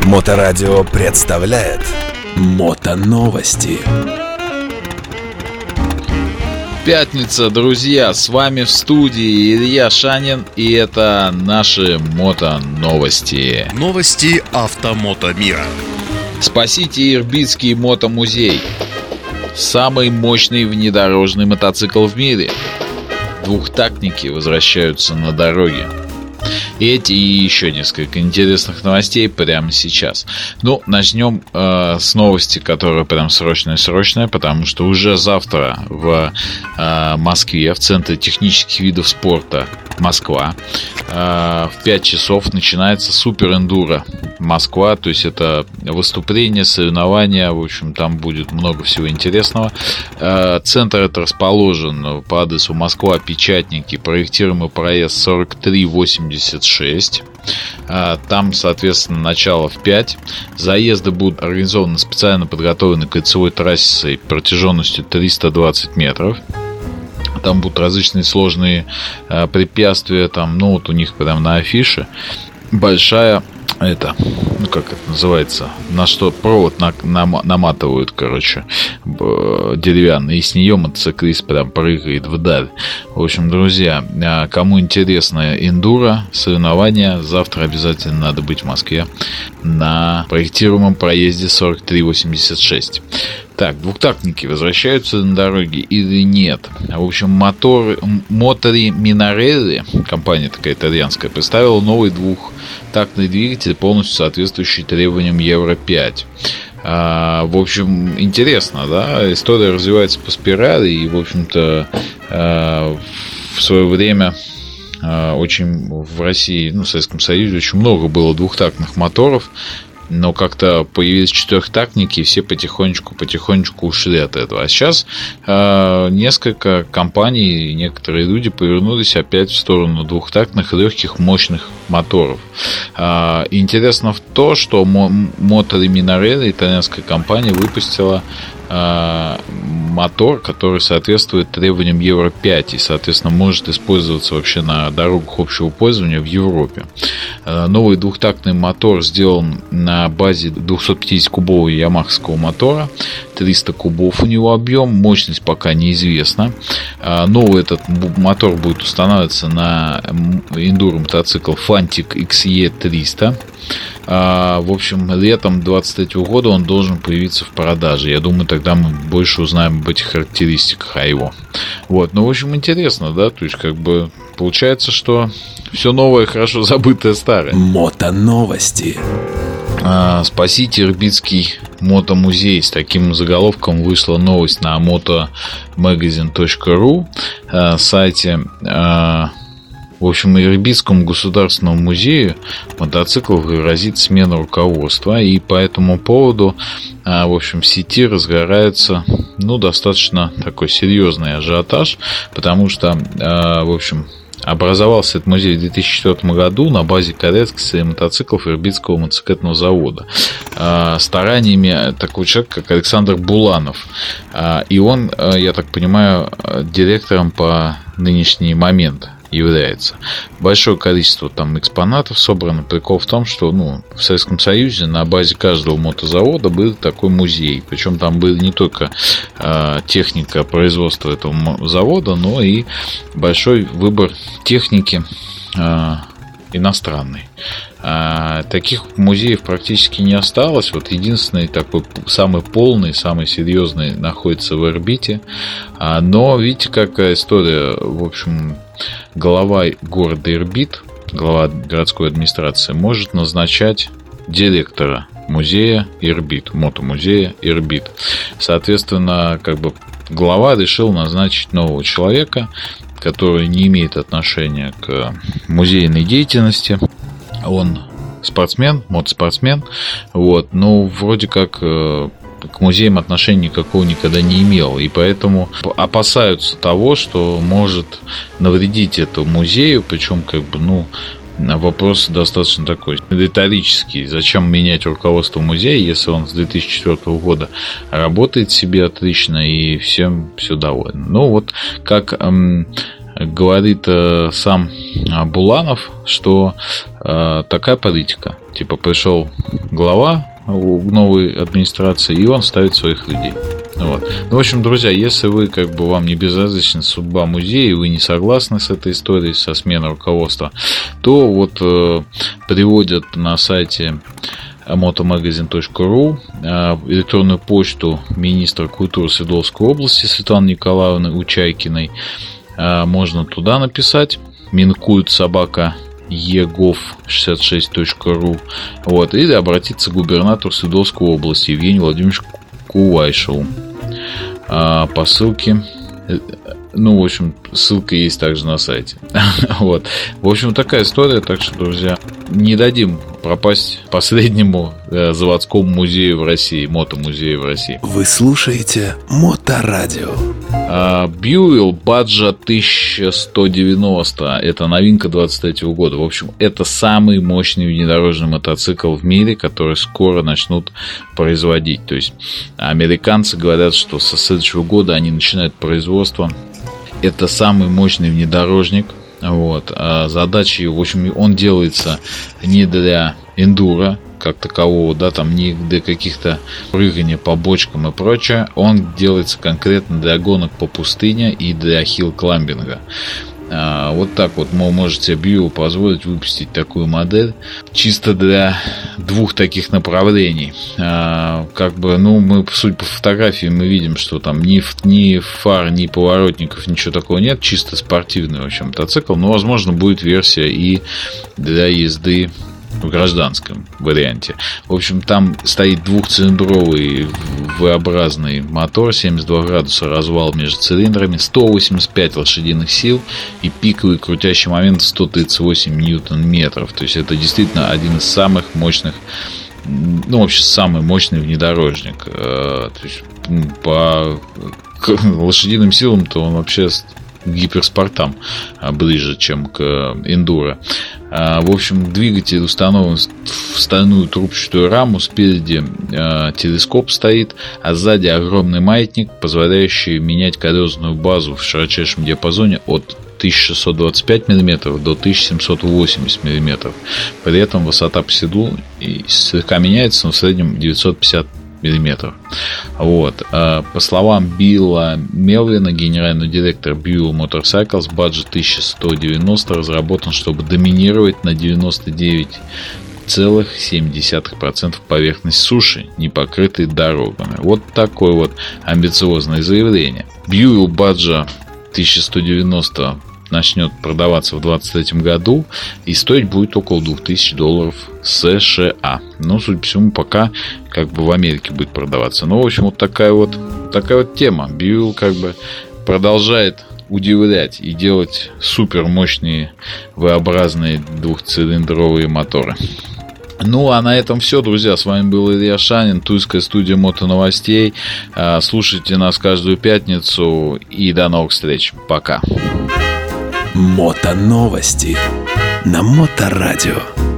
Моторадио представляет Мотоновости. Пятница, друзья, с вами в студии Илья Шанин, и это наши мотоновости. Новости автомото мира. Спасите Ирбитский мотомузей. Самый мощный внедорожный мотоцикл в мире. Двухтактники возвращаются на дороги. Эти и еще несколько интересных новостей прямо сейчас. Ну, начнем с новости, которая прям срочная, потому что уже завтра в Москве, в Центре технических видов спорта Москва, в 5 часов начинается Супер Эндуро Москва, то есть это выступление, соревнования, в общем, там будет много всего интересного. Центр этот расположен по адресу Москва, Печатники, проектируемый проезд 4386. Там, соответственно, начало в 5. Заезды будут организованы специально подготовленной кольцевой трассой протяженностью 320 метров. Там будут различные сложные препятствия. Там, ну вот у них прям на афише большая как это называется, на что провод наматывают, короче, деревянный, и с нее мотоциклист прям прыгает вдаль. В общем, друзья, кому интересно эндуро, соревнования, завтра обязательно надо быть в Москве на проектируемом проезде 4386. Так, двухтактники возвращаются на дороге или нет? В общем, Мотори Минарелли, компания такая итальянская, представила новый двухтактный двигатель, полностью соответствующий требованиям Евро-5. В общем, интересно, да? История развивается по спирали, и, в общем-то, в свое время очень в России, в Советском Союзе очень много было двухтактных моторов, но как-то появились четырехтактники, и все потихонечку ушли от этого. А сейчас несколько компаний, некоторые люди повернулись опять в сторону двухтактных, легких, мощных моторов. Интересно в то, что Мотори Минарелли, итальянская компания, выпустила мотор, который соответствует требованиям Евро-5 и, соответственно, может использоваться вообще на дорогах общего пользования в Европе. Новый двухтактный мотор сделан на базе 250-кубового ямахского мотора. 300 кубов у него объем, мощность пока неизвестна. Новый этот мотор будет устанавливаться на эндуро мотоцикл Fantic XE300. В общем, летом 2023 года он должен появиться в продаже. Я думаю, тогда мы больше узнаем об этих характеристиках, о его. Вот, ну, в общем, интересно, да? То есть, как бы, получается, что все новое, хорошо забытое старое. Мотоновости. Спасите Ирбитский мотомузей. С таким заголовком вышла новость на motomagazine.ru сайте. В общем, Ирбитскому государственному музею мотоциклов грозит смена руководства, и по этому поводу, в общем, в сети разгорается, достаточно такой серьезный ажиотаж, потому что, в общем, образовался этот музей в 2004 году на базе коллекции мотоциклов Ирбитского мотоциклетного завода стараниями такого человека, как Александр Буланов. И он, я так понимаю, директором по нынешний момент является. Большое количество там экспонатов собрано. Прикол в том, что в Советском Союзе на базе каждого мотозавода был такой музей. Причем там была не только техника производства этого завода, но и большой выбор техники иностранной. Таких музеев практически не осталось. Вот единственный такой самый полный, самый серьезный находится в Ирбите. Но видите, какая история. В общем, глава города Ирбит, глава городской администрации, может назначать директора музея Ирбит, мотомузея Ирбит. Соответственно, глава решил назначить нового человека, который не имеет отношения к музейной деятельности. Он спортсмен, мотоспортсмен, но вроде как к музеям отношения никакого никогда не имел, и поэтому опасаются того, что может навредить этому музею, причем вопрос достаточно такой риторический. Зачем менять руководство музея, если он с 2004 года работает себе отлично и всем все довольны? Как говорит сам Буланов, что такая политика. Пришел глава новой администрации, и он ставит своих людей. Вот. Ну, в общем, друзья, если вы, вам не безразлична судьба музея, и вы не согласны с этой историей, со сменой руководства, то приводят на сайте motomagazine.ru электронную почту министра культуры Свердловской области Светланы Николаевны Учайкиной. Можно туда написать minkult@egov66.ru, или обратиться к губернатору Свердловской области Евгению Владимировичу Кувайшеву по ссылке. В общем, ссылка есть также на сайте. В общем, такая история. Так что, друзья, не дадим пропасть последнему заводскому музею в России, мотомузею в России. Вы слушаете Моторадио. Buell Badger 1190. Это новинка 23 года. В общем, это самый мощный внедорожный мотоцикл в мире, который скоро начнут производить. То есть американцы говорят, что со следующего года они начинают производство. Это самый мощный внедорожник. Задача его, в общем, он делается не для эндуро как такового, не для каких-то прыгания по бочкам и прочее. Он делается конкретно для гонок по пустыне и для хилл-кламбинга. Так вы можете Buell позволить выпустить такую модель чисто для двух таких направлений. Мы, судя по фотографии, мы видим, что там ни фар, ни поворотников, ничего такого нет. Чисто спортивный, в общем, мотоцикл. Но, возможно, будет версия и для езды в гражданском варианте. В общем, там стоит двухцилиндровый V-образный мотор, 72 градуса развал между цилиндрами, 185 лошадиных сил и пиковый крутящий момент 138 ньютон-метров. То есть это действительно один из самых мощных, вообще самый мощный внедорожник. То есть по лошадиным силам-то он вообще к гиперспортам ближе, чем к эндуро. В общем, двигатель установлен в стальную трубчатую раму, спереди телескоп стоит, а сзади огромный маятник, позволяющий менять колесную базу в широчайшем диапазоне от 1625 мм до 1780 мм. При этом высота по седлу слегка меняется, но в среднем 950 мм. По словам Билла Мелвина, генерального директора Buell Motorcycles, Badger 1190 разработан, чтобы доминировать на 99,7% поверхности суши, не покрытой дорогами. Такое амбициозное заявление. Buell Badger 1190 начнет продаваться в 2023 году и стоить будет около $2000 США. Судя по всему, пока в Америке будет продаваться. В общем, такая тема. Buell продолжает удивлять и делать супер мощные V-образные двухцилиндровые моторы. А на этом все, друзья. С вами был Илья Шанин, Тульская студия мотоновостей. Слушайте нас каждую пятницу и до новых встреч. Пока. Мотоновости на Моторадио.